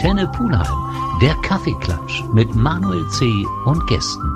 Antenne Pulheim, der Kaffeeklatsch mit Manuel C. und Gästen.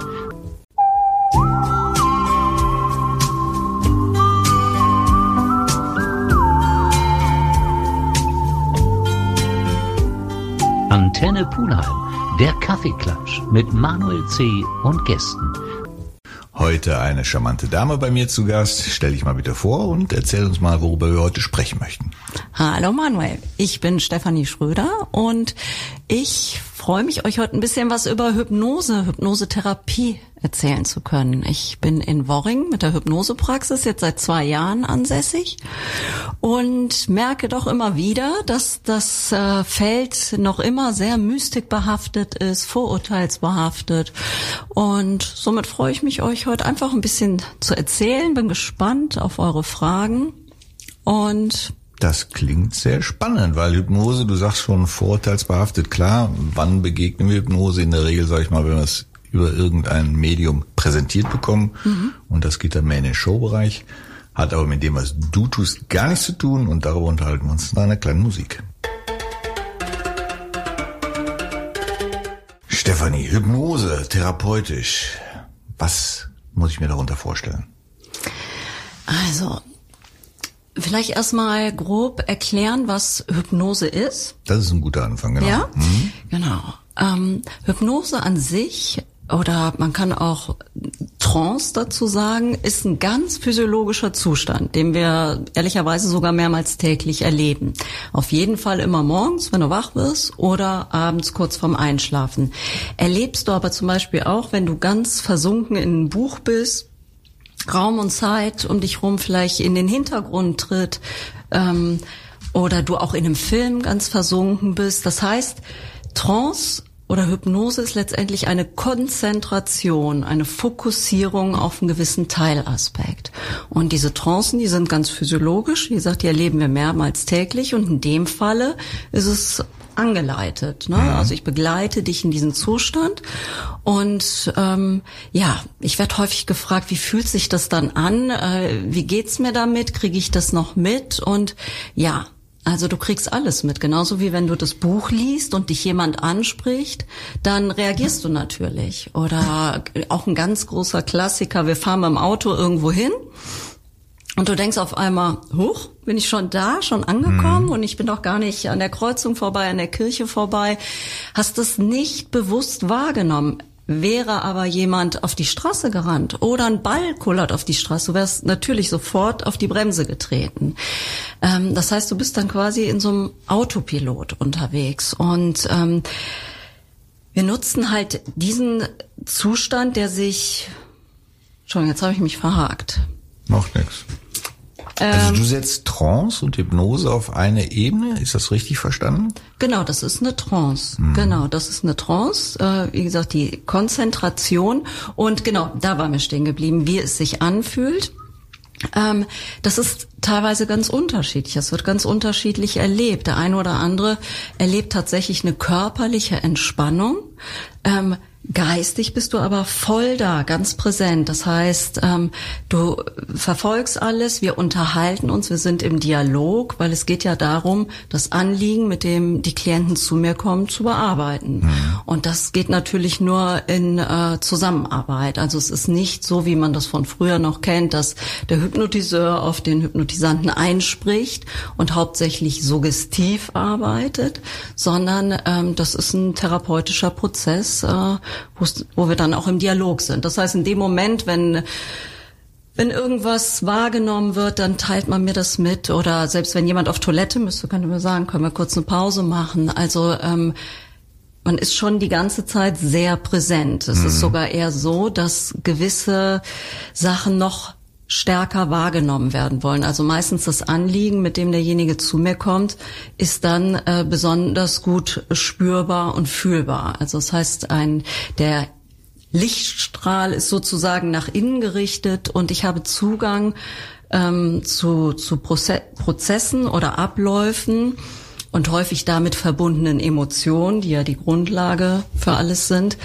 Antenne Pulheim, der Kaffeeklatsch mit Manuel C. und Gästen. Heute eine charmante Dame bei mir zu Gast. Stell dich mal bitte vor und erzähl uns mal, worüber wir heute sprechen möchten. Hallo Manuel, ich bin Stefanie Schröder und ich freue mich, euch heute ein bisschen was über Hypnosetherapie erzählen zu können. Ich bin in Worring mit der Hypnosepraxis jetzt seit 2 Jahren ansässig und merke doch immer wieder, dass das Feld noch immer sehr mystikbehaftet ist, vorurteilsbehaftet, und somit freue ich mich, euch heute einfach ein bisschen zu erzählen. Bin gespannt auf eure Fragen und das klingt sehr spannend, weil Hypnose, du sagst schon, vorurteilsbehaftet, klar. Wann begegnen wir Hypnose? In der Regel, sag ich mal, wenn wir es über irgendein Medium präsentiert bekommen. Und das geht dann mehr in den Showbereich. Hat aber mit dem, was du tust, gar nichts zu tun. Und darüber unterhalten wir uns nach einer kleinen Musik. Stefanie, Hypnose, therapeutisch. Was muss ich mir darunter vorstellen? Also, vielleicht erstmal grob erklären, was Hypnose ist. Das ist ein guter Anfang, genau. Ja, genau. Hypnose an sich, oder man kann auch Trance dazu sagen, ist ein ganz physiologischer Zustand, den wir ehrlicherweise sogar mehrmals täglich erleben. Auf jeden Fall immer morgens, wenn du wach wirst, oder abends kurz vorm Einschlafen. Erlebst du aber zum Beispiel auch, wenn du ganz versunken in ein Buch bist, Raum und Zeit um dich rum vielleicht in den Hintergrund tritt, oder du auch in einem Film ganz versunken bist. Das heißt, Trance oder Hypnose ist letztendlich eine Konzentration, eine Fokussierung auf einen gewissen Teilaspekt. Und diese Trancen, die sind ganz physiologisch. Wie gesagt, die erleben wir mehrmals täglich. Und in dem Falle ist es angeleitet, ne? Also ich begleite dich in diesen Zustand und ich werde häufig gefragt, wie fühlt sich das dann an? Wie geht's mir damit? Kriege ich das noch mit? Und ja, also du kriegst alles mit, genauso wie wenn du das Buch liest und dich jemand anspricht, dann reagierst du natürlich. Oder auch ein ganz großer Klassiker, wir fahren beim Auto irgendwo hin und du denkst auf einmal, huch, bin ich schon da, schon angekommen und ich bin doch gar nicht an der Kreuzung vorbei, an der Kirche vorbei. Hast das nicht bewusst wahrgenommen. Wäre aber jemand auf die Straße gerannt oder ein Ball kullert auf die Straße, du wärst natürlich sofort auf die Bremse getreten. Das heißt, du bist dann quasi in so einem Autopilot unterwegs. Und wir nutzen halt diesen Zustand, der sich... Entschuldigung, jetzt habe ich mich verhakt. Macht nichts. Also du setzt Trance und Hypnose auf eine Ebene, ist das richtig verstanden? Genau, das ist eine Trance. Genau, das ist eine Trance. Wie gesagt, die Konzentration. Und genau, da waren wir stehen geblieben, wie es sich anfühlt. Das ist teilweise ganz unterschiedlich. Das wird ganz unterschiedlich erlebt. Der eine oder andere erlebt tatsächlich eine körperliche Entspannung. Geistig bist du aber voll da, ganz präsent. Das heißt, du verfolgst alles, wir unterhalten uns, wir sind im Dialog, weil es geht ja darum, das Anliegen, mit dem die Klienten zu mir kommen, zu bearbeiten. Und das geht natürlich nur in Zusammenarbeit. Also es ist nicht so, wie man das von früher noch kennt, dass der Hypnotiseur auf den Hypnotisanten einspricht und hauptsächlich suggestiv arbeitet, sondern das ist ein therapeutischer Prozess, wo wir dann auch im Dialog sind. Das heißt, in dem Moment, wenn irgendwas wahrgenommen wird, dann teilt man mir das mit. Oder selbst wenn jemand auf Toilette müsste, könnte man sagen, können wir kurz eine Pause machen. Also man ist schon die ganze Zeit sehr präsent. Es ist sogar eher so, dass gewisse Sachen noch stärker wahrgenommen werden wollen. Also meistens das Anliegen, mit dem derjenige zu mir kommt, ist dann besonders gut spürbar und fühlbar. Also das heißt, der Lichtstrahl ist sozusagen nach innen gerichtet und ich habe Zugang zu Prozessen oder Abläufen und häufig damit verbundenen Emotionen, die ja die Grundlage für alles sind,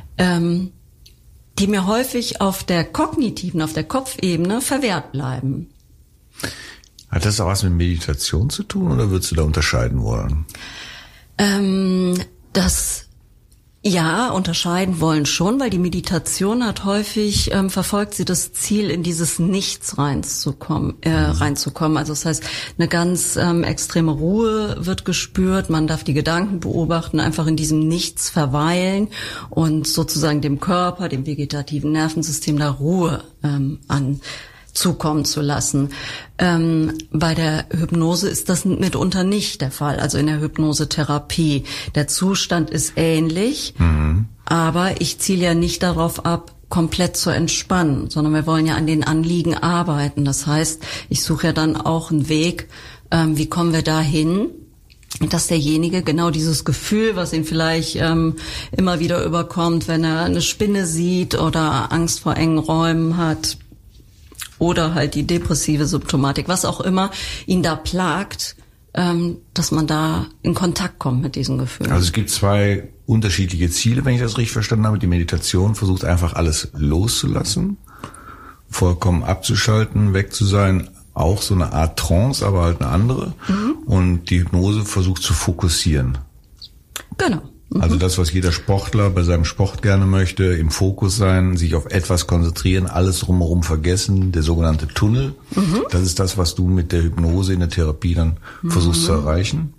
die mir häufig auf der kognitiven, auf der Kopfebene verwehrt bleiben. Hat das auch was mit Meditation zu tun oder würdest du da unterscheiden wollen? Das ja, unterscheiden wollen schon, weil die Meditation hat häufig, verfolgt sie das Ziel, in dieses Nichts reinzukommen. Also das heißt, eine ganz extreme Ruhe wird gespürt, man darf die Gedanken beobachten, einfach in diesem Nichts verweilen und sozusagen dem Körper, dem vegetativen Nervensystem da Ruhe zukommen zu lassen. Bei der Hypnose ist das mitunter nicht der Fall, also in der Hypnosetherapie. Der Zustand ist ähnlich, aber ich ziele ja nicht darauf ab, komplett zu entspannen, sondern wir wollen ja an den Anliegen arbeiten. Das heißt, ich suche ja dann auch einen Weg, wie kommen wir dahin, dass derjenige genau dieses Gefühl, was ihn vielleicht immer wieder überkommt, wenn er eine Spinne sieht oder Angst vor engen Räumen hat, oder halt die depressive Symptomatik, was auch immer ihn da plagt, dass man da in Kontakt kommt mit diesen Gefühlen. Also es gibt zwei unterschiedliche Ziele, wenn ich das richtig verstanden habe. Die Meditation versucht einfach alles loszulassen, vollkommen abzuschalten, weg zu sein, auch so eine Art Trance, aber halt eine andere. Und die Hypnose versucht zu fokussieren. Genau. Also das, was jeder Sportler bei seinem Sport gerne möchte, im Fokus sein, sich auf etwas konzentrieren, alles drumherum vergessen, der sogenannte Tunnel. Das ist das, was du mit der Hypnose in der Therapie dann versuchst zu erreichen?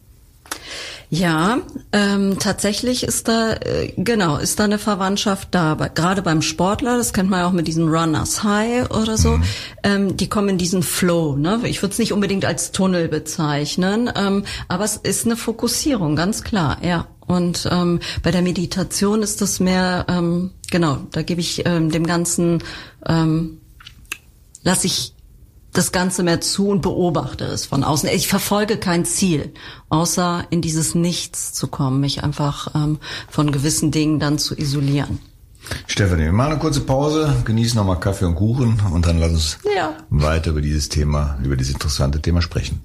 Ja, tatsächlich ist da eine Verwandtschaft da. Gerade beim Sportler, das kennt man ja auch mit diesen Runners High oder so, die kommen in diesen Flow. Ne? Ich würde es nicht unbedingt als Tunnel bezeichnen, aber es ist eine Fokussierung, ganz klar, ja. Und bei der Meditation ist das mehr, da gebe ich dem Ganzen, lasse ich das Ganze mehr zu und beobachte es von außen. Ich verfolge kein Ziel, außer in dieses Nichts zu kommen, mich einfach von gewissen Dingen dann zu isolieren. Stefanie, wir machen eine kurze Pause, genießen nochmal Kaffee und Kuchen und dann lass uns weiter über dieses interessante Thema sprechen.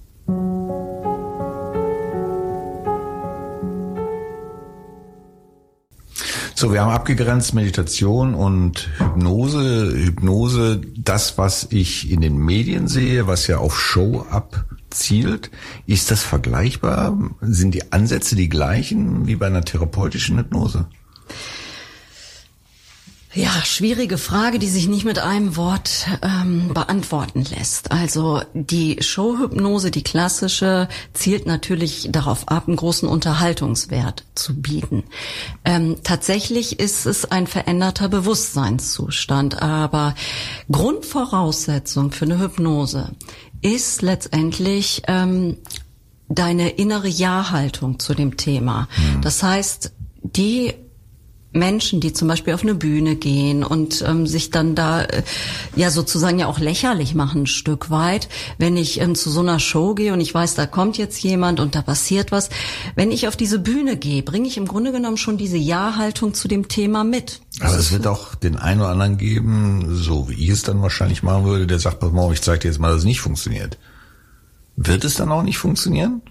So, wir haben abgegrenzt Meditation und Hypnose. Hypnose, das, was ich in den Medien sehe, was ja auf Show abzielt. Ist das vergleichbar? Sind die Ansätze die gleichen wie bei einer therapeutischen Hypnose? Ja, schwierige Frage, die sich nicht mit einem Wort beantworten lässt. Also die Showhypnose, die klassische, zielt natürlich darauf ab, einen großen Unterhaltungswert zu bieten. Tatsächlich ist es ein veränderter Bewusstseinszustand, aber Grundvoraussetzung für eine Hypnose ist letztendlich deine innere Ja-Haltung zu dem Thema. Das heißt, die Menschen, die zum Beispiel auf eine Bühne gehen und sich dann da sozusagen ja auch lächerlich machen ein Stück weit, wenn ich zu so einer Show gehe und ich weiß, da kommt jetzt jemand und da passiert was. Wenn ich auf diese Bühne gehe, bringe ich im Grunde genommen schon diese Ja-Haltung zu dem Thema mit. Aber es wird auch den einen oder anderen geben, so wie ich es dann wahrscheinlich machen würde, der sagt, pass mal, ich zeige dir jetzt mal, dass es nicht funktioniert. Wird es dann auch nicht funktionieren?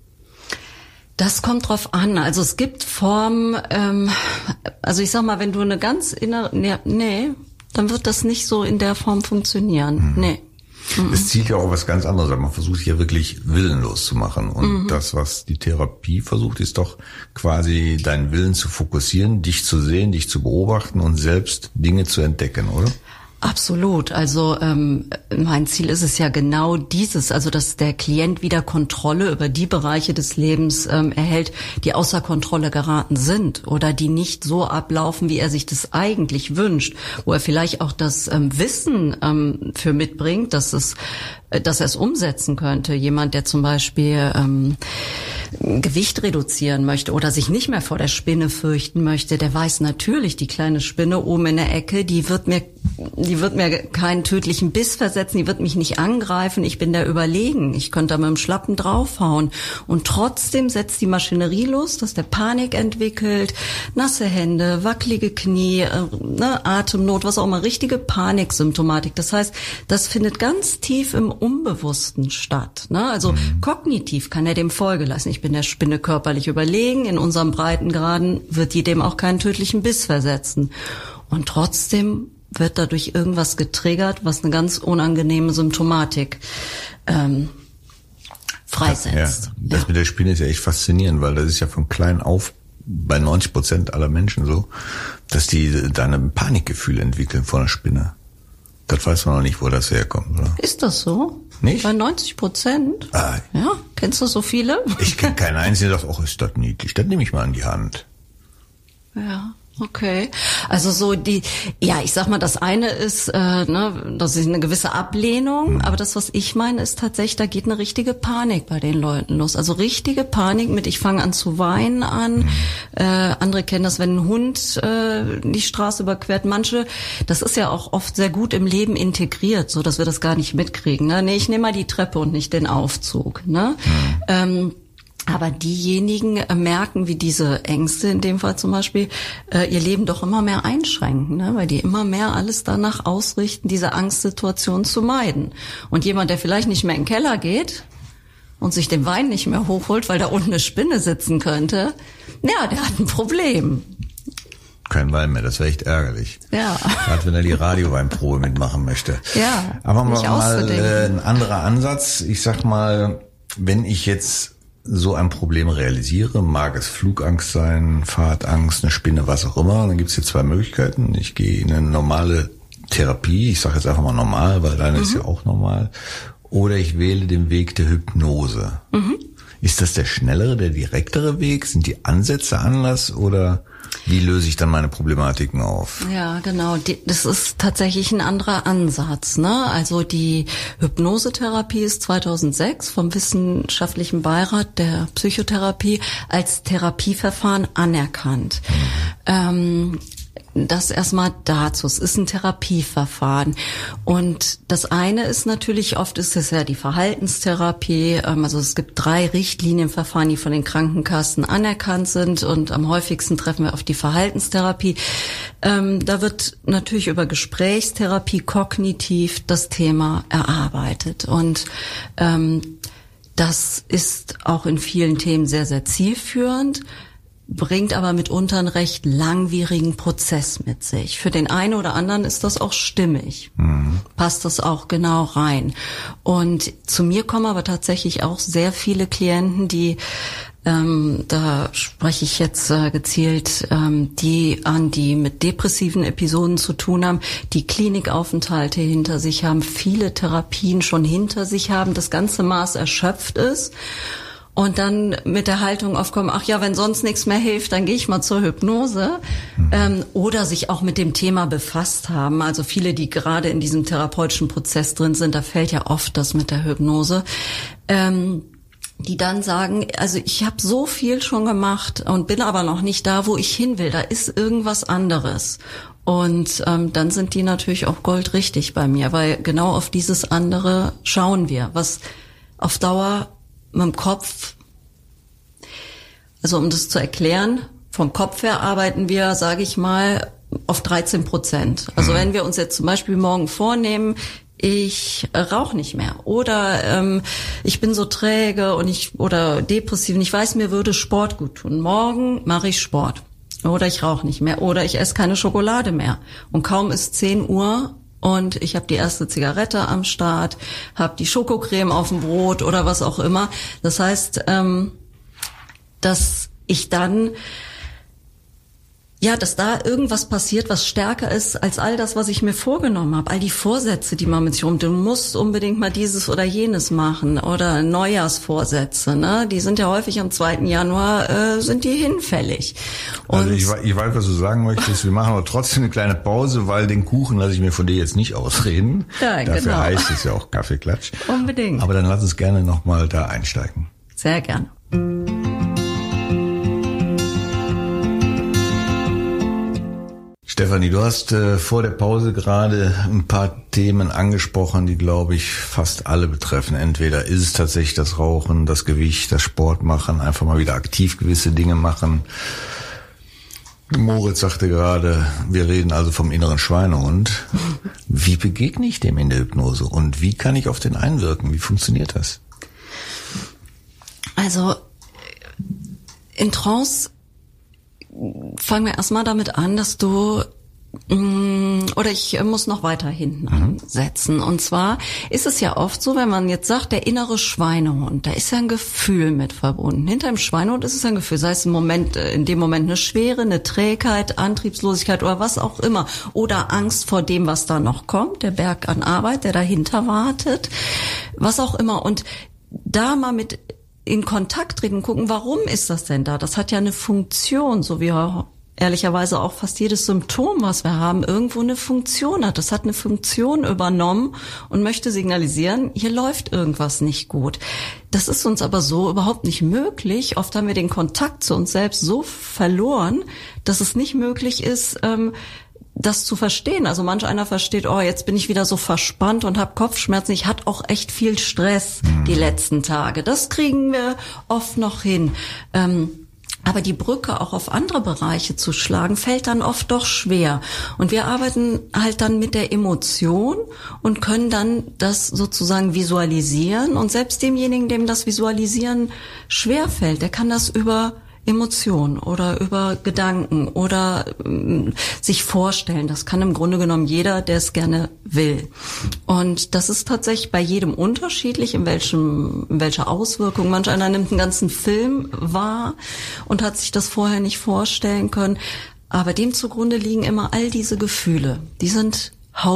Das kommt drauf an. Also es gibt Formen, also ich sag mal, wenn du eine ganz innere, dann wird das nicht so in der Form funktionieren. Nee. Es zielt ja auch was ganz anderes an. Man versucht hier wirklich willenlos zu machen. Und das, was die Therapie versucht, ist doch quasi deinen Willen zu fokussieren, dich zu sehen, dich zu beobachten und selbst Dinge zu entdecken, oder? Absolut. Also mein Ziel ist es ja genau dieses, also dass der Klient wieder Kontrolle über die Bereiche des Lebens erhält, die außer Kontrolle geraten sind oder die nicht so ablaufen, wie er sich das eigentlich wünscht, wo er vielleicht auch das Wissen für mitbringt, dass er es umsetzen könnte. Jemand, der zum Beispiel Gewicht reduzieren möchte oder sich nicht mehr vor der Spinne fürchten möchte, der weiß natürlich, die kleine Spinne oben in der Ecke, die wird mir keinen tödlichen Biss versetzen, die wird mich nicht angreifen, ich bin da überlegen, ich könnte da mit dem Schlappen draufhauen. Und trotzdem setzt die Maschinerie los, dass der Panik entwickelt, nasse Hände, wackelige Knie, Atemnot, was auch immer, richtige Paniksymptomatik. Das heißt, das findet ganz tief im Unbewussten statt. Ne? Also kognitiv kann er dem Folge leisten. Ich bin der Spinne körperlich überlegen, in unserem Breitengraden wird die dem auch keinen tödlichen Biss versetzen. Und trotzdem wird dadurch irgendwas getriggert, was eine ganz unangenehme Symptomatik freisetzt. Ja, das mit der Spinne ist ja echt faszinierend, weil das ist ja von klein auf bei 90% aller Menschen so, dass die da ein Panikgefühl entwickeln vor einer Spinne. Das weiß man noch nicht, wo das herkommt, oder? Ist das so? Nicht? Bei 90%? Ah. Ja, kennst du so viele? Ich kenne keinen einzigen, der sagt, oh, ist das niedlich. Das nehme ich mal an die Hand. Ja, okay. Also so ich sag mal, das eine ist, das ist eine gewisse Ablehnung, aber das, was ich meine, ist tatsächlich, da geht eine richtige Panik bei den Leuten los. Also richtige Panik mit, ich fange an zu weinen an. Andere kennen das, wenn ein Hund die Straße überquert. Manche, das ist ja auch oft sehr gut im Leben integriert, so dass wir das gar nicht mitkriegen. Ne? Nee, ich nehme mal die Treppe und nicht den Aufzug. Ne? Aber diejenigen merken, wie diese Ängste in dem Fall zum Beispiel ihr Leben doch immer mehr einschränken, ne? Weil die immer mehr alles danach ausrichten, diese Angstsituation zu meiden. Und jemand, der vielleicht nicht mehr in den Keller geht und sich den Wein nicht mehr hochholt, weil da unten eine Spinne sitzen könnte, ja, der hat ein Problem. Kein Wein mehr, das wäre echt ärgerlich. Ja. Gerade wenn er die Radioweinprobe mitmachen möchte. Ja. Aber mal ein anderer Ansatz. Ich sag mal, wenn ich jetzt so ein Problem realisiere, mag es Flugangst sein, Fahrtangst, eine Spinne, was auch immer, dann gibt es hier zwei Möglichkeiten. Ich gehe in eine normale Therapie, ich sage jetzt einfach mal normal, weil deine ist ja auch normal, oder ich wähle den Weg der Hypnose. Ist das der schnellere, der direktere Weg? Sind die Ansätze anders oder wie löse ich dann meine Problematiken auf? Ja, genau. Das ist tatsächlich ein anderer Ansatz, ne? Also die Hypnosetherapie ist 2006 vom Wissenschaftlichen Beirat der Psychotherapie als Therapieverfahren anerkannt. Das erstmal dazu. Es ist ein Therapieverfahren. Und das eine ist natürlich, oft ist es ja die Verhaltenstherapie. Also es gibt 3 Richtlinienverfahren, die von den Krankenkassen anerkannt sind. Und am häufigsten treffen wir auf die Verhaltenstherapie. Da wird natürlich über Gesprächstherapie kognitiv das Thema erarbeitet. Und das ist auch in vielen Themen sehr, sehr zielführend, bringt aber mitunter einen recht langwierigen Prozess mit sich. Für den einen oder anderen ist das auch stimmig. Passt das auch genau rein. Und zu mir kommen aber tatsächlich auch sehr viele Klienten, die, da spreche ich jetzt gezielt, die mit depressiven Episoden zu tun haben, die Klinikaufenthalte hinter sich haben, viele Therapien schon hinter sich haben, das ganze Maß erschöpft ist. Und dann mit der Haltung aufkommen, ach ja, wenn sonst nichts mehr hilft, dann gehe ich mal zur Hypnose. Oder sich auch mit dem Thema befasst haben. Also viele, die gerade in diesem therapeutischen Prozess drin sind, da fällt ja oft das mit der Hypnose. Die dann sagen, also ich habe so viel schon gemacht und bin aber noch nicht da, wo ich hin will. Da ist irgendwas anderes. Und dann sind die natürlich auch goldrichtig bei mir, weil genau auf dieses andere schauen wir, was auf Dauer mit dem Kopf, also um das zu erklären, vom Kopf her arbeiten wir, sage ich mal, auf 13%. Also wenn wir uns jetzt zum Beispiel morgen vornehmen, ich rauche nicht mehr oder ich bin so träge oder depressiv und ich weiß, mir würde Sport gut tun. Morgen mache ich Sport oder ich rauche nicht mehr oder ich esse keine Schokolade mehr. Und kaum ist 10 Uhr und ich habe die erste Zigarette am Start, habe die Schokocreme auf dem Brot oder was auch immer. Das heißt, dass ich dann, ja, dass da irgendwas passiert, was stärker ist als all das, was ich mir vorgenommen habe. All die Vorsätze, die man mit sich du musst unbedingt mal dieses oder jenes machen oder Neujahrsvorsätze, ne? Die sind ja häufig am 2. Januar, sind die hinfällig. Und also ich weiß, was du sagen möchtest. Wir machen aber trotzdem eine kleine Pause, weil den Kuchen lasse ich mir von dir jetzt nicht ausreden. Ja, dafür genau. Heißt es ja auch Kaffeeklatsch. Unbedingt. Aber dann lass uns gerne nochmal da einsteigen. Sehr gerne. Stefanie, du hast vor der Pause gerade ein paar Themen angesprochen, die, glaube ich, fast alle betreffen. Entweder ist es tatsächlich das Rauchen, das Gewicht, das Sport machen, einfach mal wieder aktiv gewisse Dinge machen. Moritz sagte gerade, wir reden also vom inneren Schweinehund. Wie begegne ich dem in der Hypnose und wie kann ich auf den einwirken? Wie funktioniert das? Also in Trance fangen wir erstmal damit an, dass du Oder ich muss noch weiter hinten ansetzen. Und zwar ist es ja oft so, wenn man jetzt sagt, der innere Schweinehund, da ist ja ein Gefühl mit verbunden. Hinter dem Schweinehund ist es ein Gefühl, sei es in dem Moment eine Schwere, eine Trägheit, Antriebslosigkeit oder was auch immer. Oder Angst vor dem, was da noch kommt, der Berg an Arbeit, der dahinter wartet, was auch immer. Und da mal mit in Kontakt treten, gucken, warum ist das denn da? Das hat ja eine Funktion, so wie ehrlicherweise auch fast jedes Symptom, was wir haben, irgendwo eine Funktion hat. Das hat eine Funktion übernommen und möchte signalisieren, hier läuft irgendwas nicht gut. Das ist uns aber so überhaupt nicht möglich. Oft haben wir den Kontakt zu uns selbst so verloren, dass es nicht möglich ist, das zu verstehen. Also manch einer versteht, jetzt bin ich wieder so verspannt und habe Kopfschmerzen. Ich hatte auch echt viel Stress die letzten Tage. Das kriegen wir oft noch hin. Aber die Brücke auch auf andere Bereiche zu schlagen, fällt dann oft doch schwer. Und wir arbeiten halt dann mit der Emotion und können dann das sozusagen visualisieren. Und selbst demjenigen, dem das Visualisieren schwerfällt, der kann das über Emotionen oder über Gedanken oder sich vorstellen. Das kann im Grunde genommen jeder, der es gerne will. Und das ist tatsächlich bei jedem unterschiedlich, in welcher Auswirkung. Manch einer nimmt einen ganzen Film wahr und hat sich das vorher nicht vorstellen können. Aber dem zugrunde liegen immer all diese Gefühle. Die sind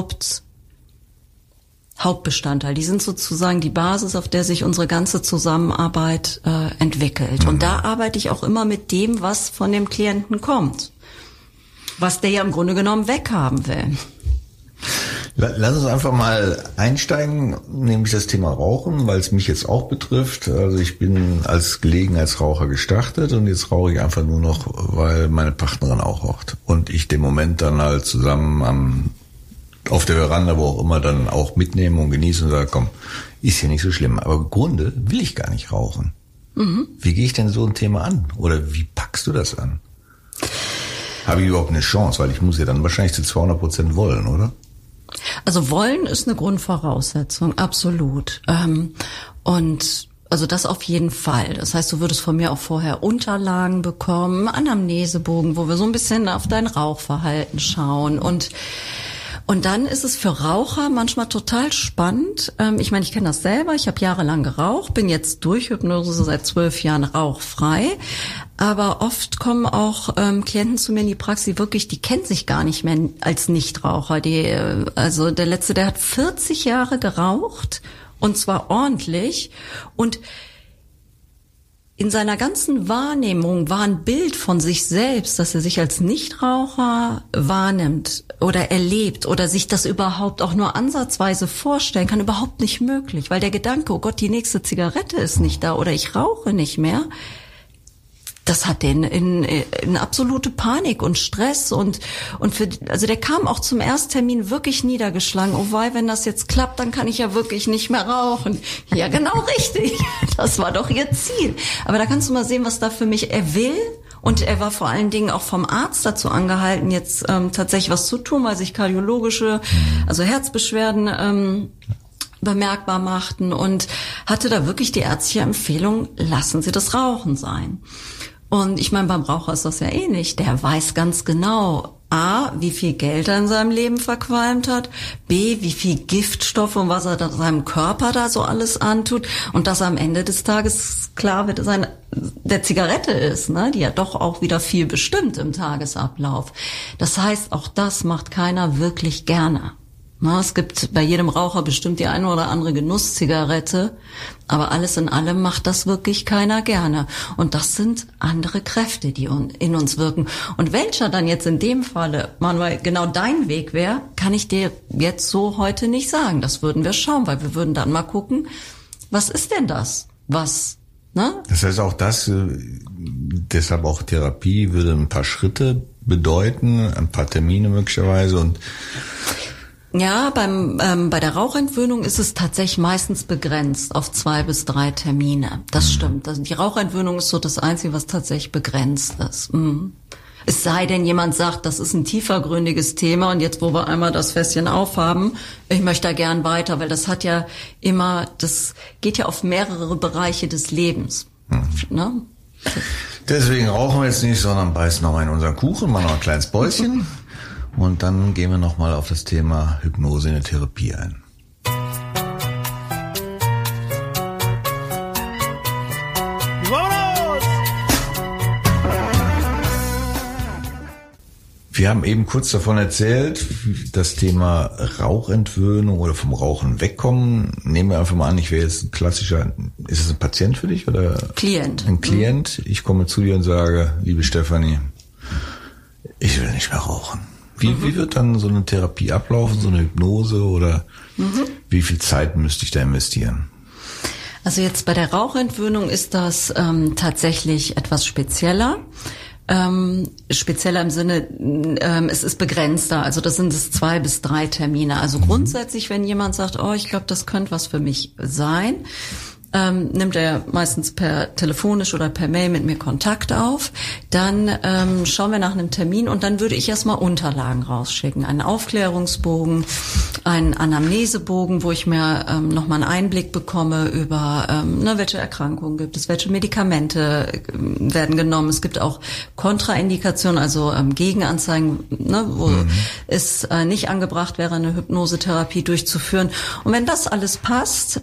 Hauptbestandteil. Die sind sozusagen die Basis, auf der sich unsere ganze Zusammenarbeit entwickelt. Und da arbeite ich auch immer mit dem, was von dem Klienten kommt. Was der ja im Grunde genommen weghaben will. Lass uns einfach mal einsteigen, nämlich das Thema Rauchen, weil es mich jetzt auch betrifft. Also ich bin als Gelegenheitsraucher gestartet und jetzt rauche ich einfach nur noch, weil meine Partnerin auch raucht. Und ich den Moment dann halt zusammen auf der Veranda, wo auch immer, dann auch mitnehmen und genießen und sagen, komm, ist ja nicht so schlimm. Aber im Grunde will ich gar nicht rauchen. Wie gehe ich denn so ein Thema an? Oder wie packst du das an? Habe ich überhaupt eine Chance? Weil ich muss ja dann wahrscheinlich zu 200% wollen, oder? Also wollen ist eine Grundvoraussetzung, absolut. Und also das auf jeden Fall. Das heißt, du würdest von mir auch vorher Unterlagen bekommen, Anamnesebogen, wo wir so ein bisschen auf dein Rauchverhalten schauen. Und dann ist es für Raucher manchmal total spannend. Ich meine, ich kenne das selber. Ich habe jahrelang geraucht, bin jetzt durch Hypnose seit 12 Jahren rauchfrei. Aber oft kommen auch Klienten zu mir in die Praxis, die kennen sich gar nicht mehr als Nichtraucher. Also der Letzte, der hat 40 Jahre geraucht und zwar ordentlich. Und in seiner ganzen Wahrnehmung war ein Bild von sich selbst, dass er sich als Nichtraucher wahrnimmt oder erlebt oder sich das überhaupt auch nur ansatzweise vorstellen kann, überhaupt nicht möglich. Weil der Gedanke, oh Gott, die nächste Zigarette ist nicht da oder ich rauche nicht mehr, das hat den in absolute Panik und Stress also der kam auch zum Ersttermin wirklich niedergeschlagen. Oh wei, wenn das jetzt klappt, dann kann ich ja wirklich nicht mehr rauchen. Ja, genau richtig. Das war doch ihr Ziel. Aber da kannst du mal sehen, was da für mich er will. Und er war vor allen Dingen auch vom Arzt dazu angehalten, jetzt tatsächlich was zu tun, weil sich kardiologische, also Herzbeschwerden bemerkbar machten und hatte da wirklich die ärztliche Empfehlung, lassen Sie das Rauchen sein. Und ich meine, beim Raucher ist das ja ähnlich. Der weiß ganz genau, A, wie viel Geld er in seinem Leben verqualmt hat, B, wie viel Giftstoffe und was er seinem Körper da so alles antut und dass am Ende des Tages klar wird, der Zigarette ist, ne, die ja doch auch wieder viel bestimmt im Tagesablauf. Das heißt, auch das macht keiner wirklich gerne. Na, es gibt bei jedem Raucher bestimmt die eine oder andere Genusszigarette, aber alles in allem macht das wirklich keiner gerne. Und das sind andere Kräfte, die in uns wirken. Und welcher dann jetzt in dem Falle, Manuel, genau dein Weg wäre, kann ich dir jetzt so heute nicht sagen. Das würden wir schauen, weil wir würden dann mal gucken, was ist denn das? Was, ne? Das heißt auch deshalb auch Therapie würde ein paar Schritte bedeuten, ein paar Termine möglicherweise und ja, bei der Rauchentwöhnung ist es tatsächlich meistens begrenzt auf 2 bis 3 Termine. Das stimmt. Also die Rauchentwöhnung ist so das Einzige, was tatsächlich begrenzt ist. Es sei denn, jemand sagt, das ist ein tiefergründiges Thema und jetzt, wo wir einmal das Fässchen aufhaben, ich möchte da gern weiter, weil das geht ja auf mehrere Bereiche des Lebens. Ne? Deswegen rauchen wir jetzt nicht, sondern beißen noch mal in unseren Kuchen, machen noch ein kleines Bäuschen. Und dann gehen wir nochmal auf das Thema Hypnose in der Therapie ein. Wir haben eben kurz davon erzählt, das Thema Rauchentwöhnung oder vom Rauchen wegkommen. Nehmen wir einfach mal an, ich wäre jetzt ein klassischer, ist es ein Patient für dich oder? Klient. Ein Klient. Ich komme zu dir und sage, liebe Stefanie, ich will nicht mehr rauchen. Wie wird dann so eine Therapie ablaufen, so eine Hypnose oder wie viel Zeit müsste ich da investieren? Also jetzt bei der Rauchentwöhnung ist das tatsächlich etwas spezieller. Spezieller im Sinne, es ist begrenzter, also das sind es 2 bis 3 Termine. Also grundsätzlich, wenn jemand sagt, oh, ich glaube, das könnte was für mich sein, nimmt er meistens telefonisch oder per Mail mit mir Kontakt auf. Dann schauen wir nach einem Termin und dann würde ich erstmal Unterlagen rausschicken. Einen Aufklärungsbogen, einen Anamnesebogen, wo ich mir nochmal einen Einblick bekomme über, welche Erkrankungen gibt es, welche Medikamente werden genommen. Es gibt auch Kontraindikationen, also Gegenanzeigen, wo es nicht angebracht wäre, eine Hypnosetherapie durchzuführen. Und wenn das alles passt,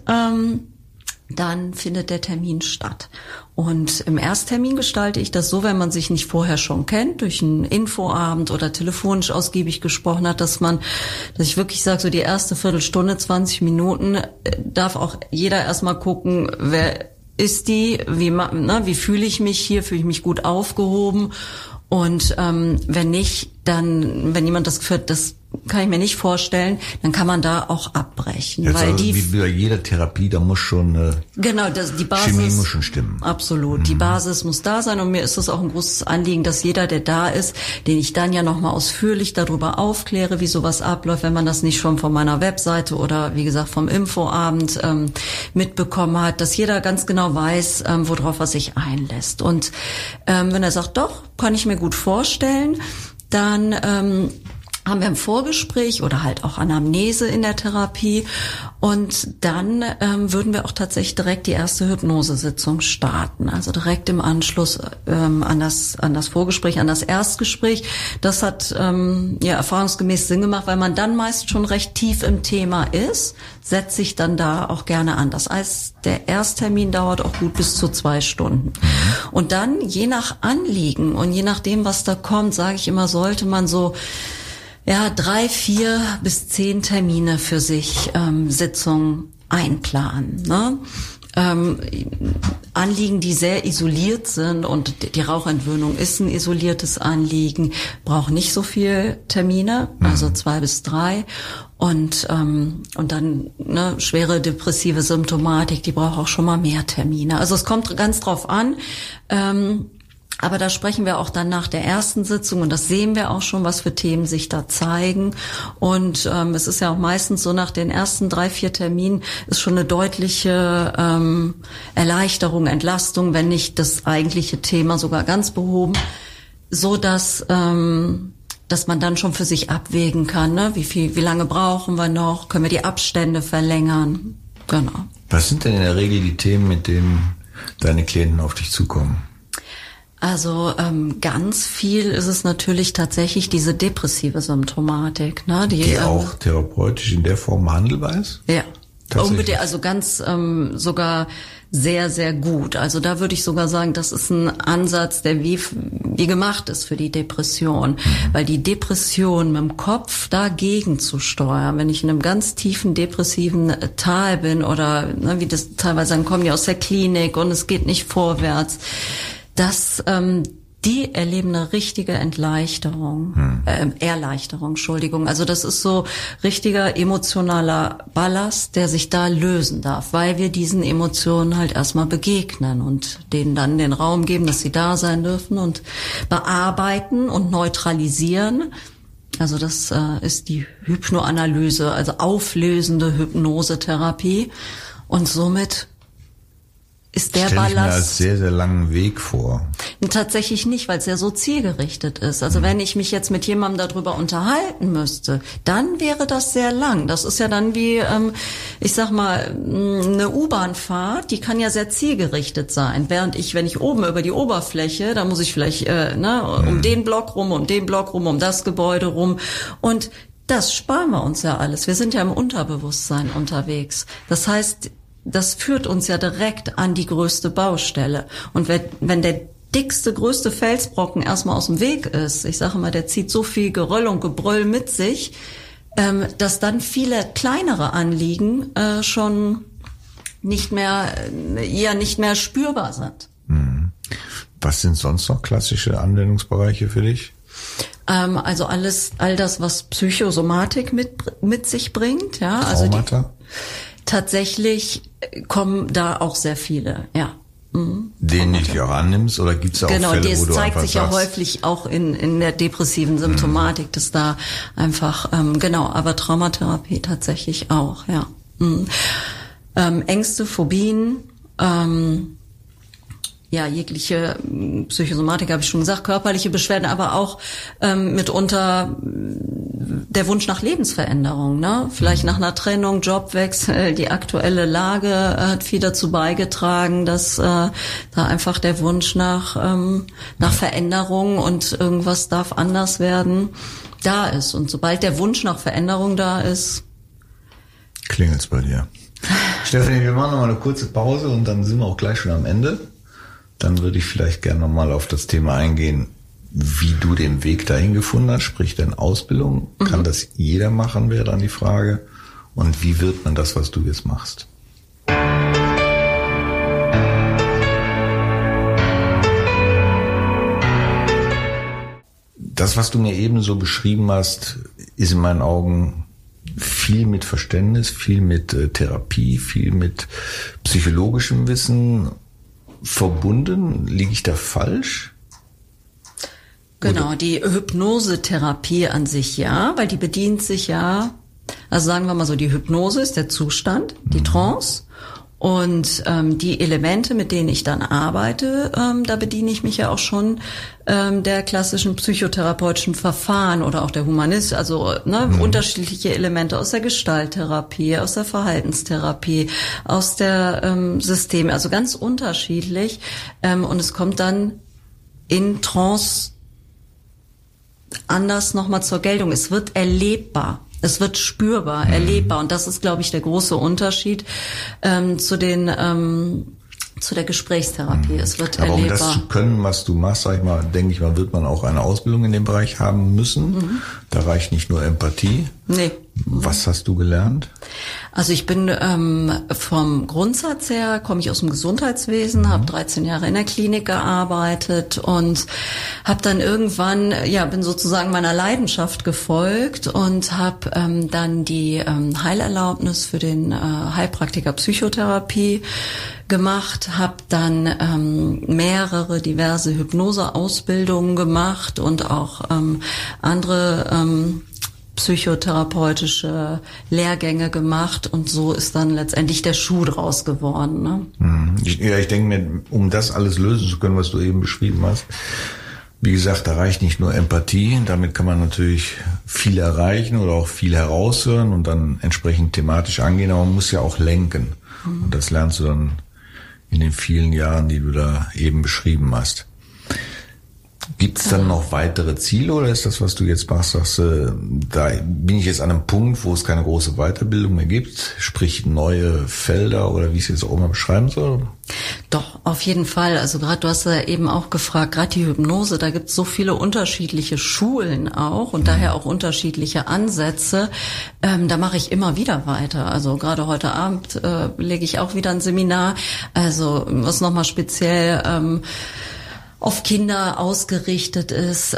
dann findet der Termin statt. Und im Ersttermin gestalte ich das so, wenn man sich nicht vorher schon kennt, durch einen Infoabend oder telefonisch ausgiebig gesprochen hat, dass ich wirklich sage, so die erste Viertelstunde, 20 Minuten, darf auch jeder erstmal gucken, wer ist die, wie fühle ich mich hier, fühle ich mich gut aufgehoben. Und wenn nicht, dann, wenn jemand das Gefühl hat, das kann ich mir nicht vorstellen, dann kann man da auch abbrechen. Jetzt weil also wie bei jeder Therapie, da muss schon die Basis, Chemie muss schon stimmen. Absolut, die Basis muss da sein und mir ist es auch ein großes Anliegen, dass jeder, der da ist, den ich dann ja nochmal ausführlich darüber aufkläre, wie sowas abläuft, wenn man das nicht schon von meiner Webseite oder wie gesagt vom Infoabend mitbekommen hat, dass jeder ganz genau weiß, worauf er sich einlässt. Und wenn er sagt, doch, kann ich mir gut vorstellen, dann haben wir ein Vorgespräch oder halt auch Anamnese in der Therapie und dann würden wir auch tatsächlich direkt die erste Hypnosesitzung starten, also direkt im Anschluss an das Vorgespräch, an das Erstgespräch. Das hat erfahrungsgemäß Sinn gemacht, weil man dann meist schon recht tief im Thema ist, setzt sich dann da auch gerne an. Das heißt, der Ersttermin dauert auch gut bis zu 2 Stunden. Und dann, je nach Anliegen und je nachdem, was da kommt, sage ich immer, sollte man so 3, 4 bis 10 Termine für sich Sitzungen einplanen. Ne? Anliegen, die sehr isoliert sind und die Rauchentwöhnung ist ein isoliertes Anliegen, braucht nicht so viel Termine, also 2 bis 3. Und dann schwere depressive Symptomatik, die braucht auch schon mal mehr Termine. Also es kommt ganz drauf an. Aber da sprechen wir auch dann nach der ersten Sitzung und das sehen wir auch schon, was für Themen sich da zeigen. Und es ist ja auch meistens so, nach den ersten 3, 4 Terminen ist schon eine deutliche Erleichterung, Entlastung, wenn nicht das eigentliche Thema sogar ganz behoben, so dass man dann schon für sich abwägen kann, ne? Wie lange brauchen wir noch? Können wir die Abstände verlängern? Genau. Was sind denn in der Regel die Themen, mit denen deine Klienten auf dich zukommen? Also ganz viel ist es natürlich tatsächlich diese depressive Symptomatik, ne? Die auch therapeutisch in der Form behandelbar ist? Ja, unbedingt, also ganz sogar sehr, sehr gut. Also da würde ich sogar sagen, das ist ein Ansatz, der wie gemacht ist für die Depression. Weil die Depression mit dem Kopf dagegen zu steuern, wenn ich in einem ganz tiefen depressiven Tal bin oder wie das teilweise dann kommen die aus der Klinik und es geht nicht vorwärts, die erleben eine richtige Erleichterung. Also das ist so richtiger emotionaler Ballast, der sich da lösen darf, weil wir diesen Emotionen halt erstmal begegnen und denen dann den Raum geben, dass sie da sein dürfen und bearbeiten und neutralisieren. Also das ist die Hypnoanalyse, also auflösende Hypnosetherapie und somit ist der Stell ich mir Ballast als sehr, sehr langen Weg vor. tatsächlich nicht, weil es ja so zielgerichtet ist. Also wenn ich mich jetzt mit jemandem darüber unterhalten müsste, dann wäre das sehr lang. Das ist ja dann wie, ich sag mal, eine U-Bahn-Fahrt, die kann ja sehr zielgerichtet sein. Während wenn ich oben über die Oberfläche, da muss ich vielleicht um den Block rum, um das Gebäude rum. Und das sparen wir uns ja alles. Wir sind ja im Unterbewusstsein unterwegs. Das heißt, das führt uns ja direkt an die größte Baustelle. Und wenn der größte Felsbrocken erstmal aus dem Weg ist, ich sage mal, der zieht so viel Geröll und Gebrüll mit sich, dass dann viele kleinere Anliegen schon nicht mehr spürbar sind. Was sind sonst noch klassische Anwendungsbereiche für dich? Also all das, was Psychosomatik mit sich bringt, ja. Traumata? Also tatsächlich kommen da auch sehr viele, ja. Den du dich auch annimmst, oder gibt es auch Fälle, wo du das zeigt einfach sich ja sagst, häufig auch in der depressiven Symptomatik, dass da einfach, aber Traumatherapie tatsächlich auch, ja. Ängste, Phobien, jegliche Psychosomatik habe ich schon gesagt, körperliche Beschwerden, aber auch mitunter der Wunsch nach Lebensveränderung, ne? Vielleicht nach einer Trennung, Jobwechsel, die aktuelle Lage hat viel dazu beigetragen, dass da einfach der Wunsch nach Veränderung und irgendwas darf anders werden, da ist. Und sobald der Wunsch nach Veränderung da ist, klingelt's bei dir. Stefanie, wir machen noch mal eine kurze Pause und dann sind wir auch gleich schon am Ende. Dann würde ich vielleicht gerne noch mal auf das Thema eingehen, wie du den Weg dahin gefunden hast, sprich deine Ausbildung. Kann das jeder machen, wäre dann die Frage. Und wie wird man das, was du jetzt machst? Das, was du mir eben so beschrieben hast, ist in meinen Augen viel mit Verständnis, viel mit Therapie, viel mit psychologischem Wissen verbunden. Liege ich da falsch? Genau, die Hypnosetherapie an sich ja, weil die bedient sich ja, also sagen wir mal so, die Hypnose ist der Zustand, die Trance, und die Elemente, mit denen ich dann arbeite, da bediene ich mich ja auch schon der klassischen psychotherapeutischen Verfahren oder auch der Humanist, also unterschiedliche Elemente aus der Gestalttherapie, aus der Verhaltenstherapie, aus der System, also ganz unterschiedlich, und es kommt dann in Trance anders nochmal zur Geltung. Es wird erlebbar. Es wird spürbar, erlebbar. Und das ist, glaube ich, der große Unterschied zu der Gesprächstherapie. Es wird aber erlebbar. Um das zu können, was du machst, sag ich mal, denke ich mal, wird man auch eine Ausbildung in dem Bereich haben müssen. Da reicht nicht nur Empathie. Nee. Was hast du gelernt? Also ich bin vom Grundsatz her, komme ich aus dem Gesundheitswesen, habe 13 Jahre in der Klinik gearbeitet und habe dann irgendwann, bin sozusagen meiner Leidenschaft gefolgt und habe dann die Heilerlaubnis für den Heilpraktiker Psychotherapie gemacht, habe dann mehrere diverse Hypnoseausbildungen gemacht und auch andere psychotherapeutische Lehrgänge gemacht, und so ist dann letztendlich der Schuh draus geworden. Ne? Ich denke mir, um das alles lösen zu können, was du eben beschrieben hast, wie gesagt, da reicht nicht nur Empathie, damit kann man natürlich viel erreichen oder auch viel heraushören und dann entsprechend thematisch angehen, aber man muss ja auch lenken. Und das lernst du dann in den vielen Jahren, die du da eben beschrieben hast. Gibt es dann noch weitere Ziele, oder ist das, was du jetzt machst, sagst du, da bin ich jetzt an einem Punkt, wo es keine große Weiterbildung mehr gibt, sprich neue Felder, oder wie ich es jetzt auch mal beschreiben soll? Doch, auf jeden Fall. Also gerade, du hast ja eben auch gefragt, gerade die Hypnose, da gibt es so viele unterschiedliche Schulen auch und daher auch unterschiedliche Ansätze. Da mache ich immer wieder weiter. Also gerade heute Abend lege ich auch wieder ein Seminar, also was nochmal speziell auf Kinder ausgerichtet ist,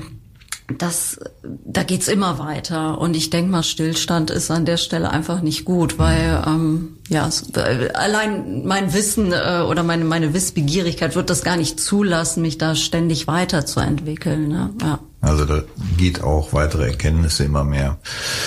da geht's immer weiter. Und ich denke mal, Stillstand ist an der Stelle einfach nicht gut, weil allein mein Wissen oder meine Wissbegierigkeit wird das gar nicht zulassen, mich da ständig weiterzuentwickeln. Ne? Ja. Also da geht auch weitere Erkenntnisse immer mehr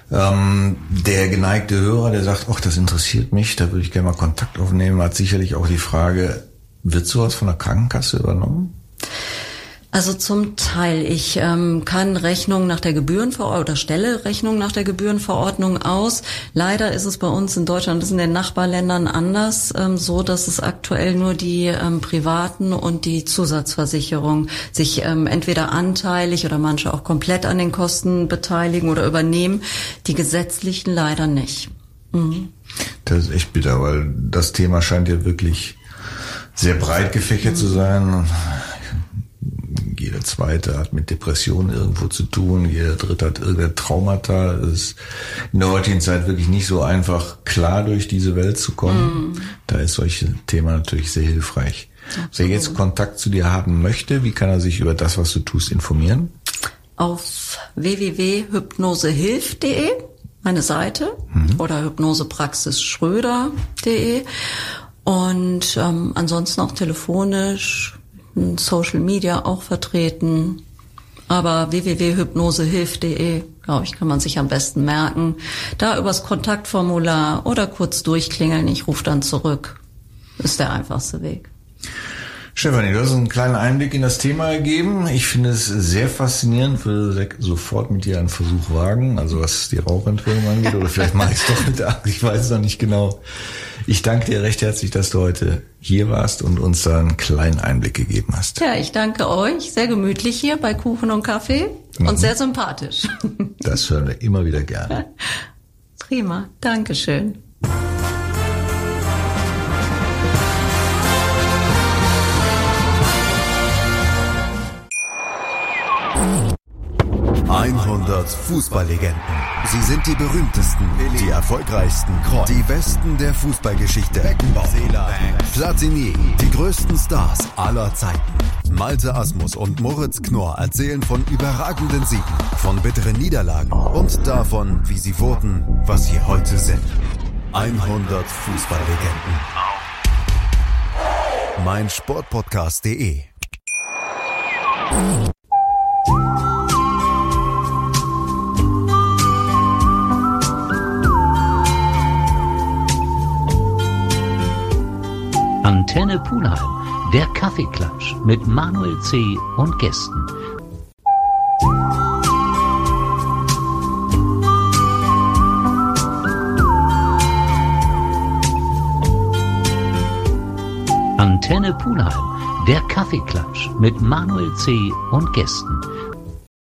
Der geneigte Hörer, der sagt, ach, das interessiert mich, da würde ich gerne mal Kontakt aufnehmen, hat sicherlich auch die Frage, wird sowas von der Krankenkasse übernommen? Also zum Teil. Ich kann Rechnungen nach der Gebührenverordnung oder stelle Rechnungen nach der Gebührenverordnung aus. Leider ist es bei uns in Deutschland, das ist in den Nachbarländern anders, so dass es aktuell nur die Privaten und die Zusatzversicherung sich entweder anteilig oder manche auch komplett an den Kosten beteiligen oder übernehmen. Die gesetzlichen leider nicht. Mhm. Das ist echt bitter, weil das Thema scheint ja wirklich sehr breit gefächert zu sein. Jeder Zweite hat mit Depressionen irgendwo zu tun, jeder Dritte hat irgendein Traumata. Es ist in der heutigen Zeit wirklich nicht so einfach, klar durch diese Welt zu kommen. Da ist solche Thema natürlich sehr hilfreich. Absolut. Wer jetzt Kontakt zu dir haben möchte, wie kann er sich über das, was du tust, informieren? Auf www.hypnosehilf.de, meine Seite, oder hypnosepraxisschröder.de und ansonsten auch telefonisch, Social Media auch vertreten, aber www.hypnosehilf.de, glaube ich, kann man sich am besten merken. Da übers Kontaktformular oder kurz durchklingeln, ich rufe dann zurück. Ist der einfachste Weg. Stefanie, du hast einen kleinen Einblick in das Thema gegeben. Ich finde es sehr faszinierend, würde sofort mit dir einen Versuch wagen, also was die Rauchentwöhnung angeht, oder vielleicht mache ich es doch mit der Angst, ich weiß es noch nicht genau. Ich danke dir recht herzlich, dass du heute hier warst und uns da einen kleinen Einblick gegeben hast. Ja, ich danke euch. Sehr gemütlich hier bei Kuchen und Kaffee und sehr sympathisch. Das hören wir immer wieder gerne. Prima, Dankeschön. Fußballlegenden. Sie sind die berühmtesten, die erfolgreichsten, die besten der Fußballgeschichte. Beckenbauer, Platini, die größten Stars aller Zeiten. Malte Asmus und Moritz Knorr erzählen von überragenden Siegen, von bitteren Niederlagen und davon, wie sie wurden, was sie heute sind. 100 Fußballlegenden. meinsportpodcast.de Antenne Pulheim, der Kaffeeklatsch mit Manuel C. und Gästen. Antenne Pulheim, der Kaffeeklatsch mit Manuel C. und Gästen.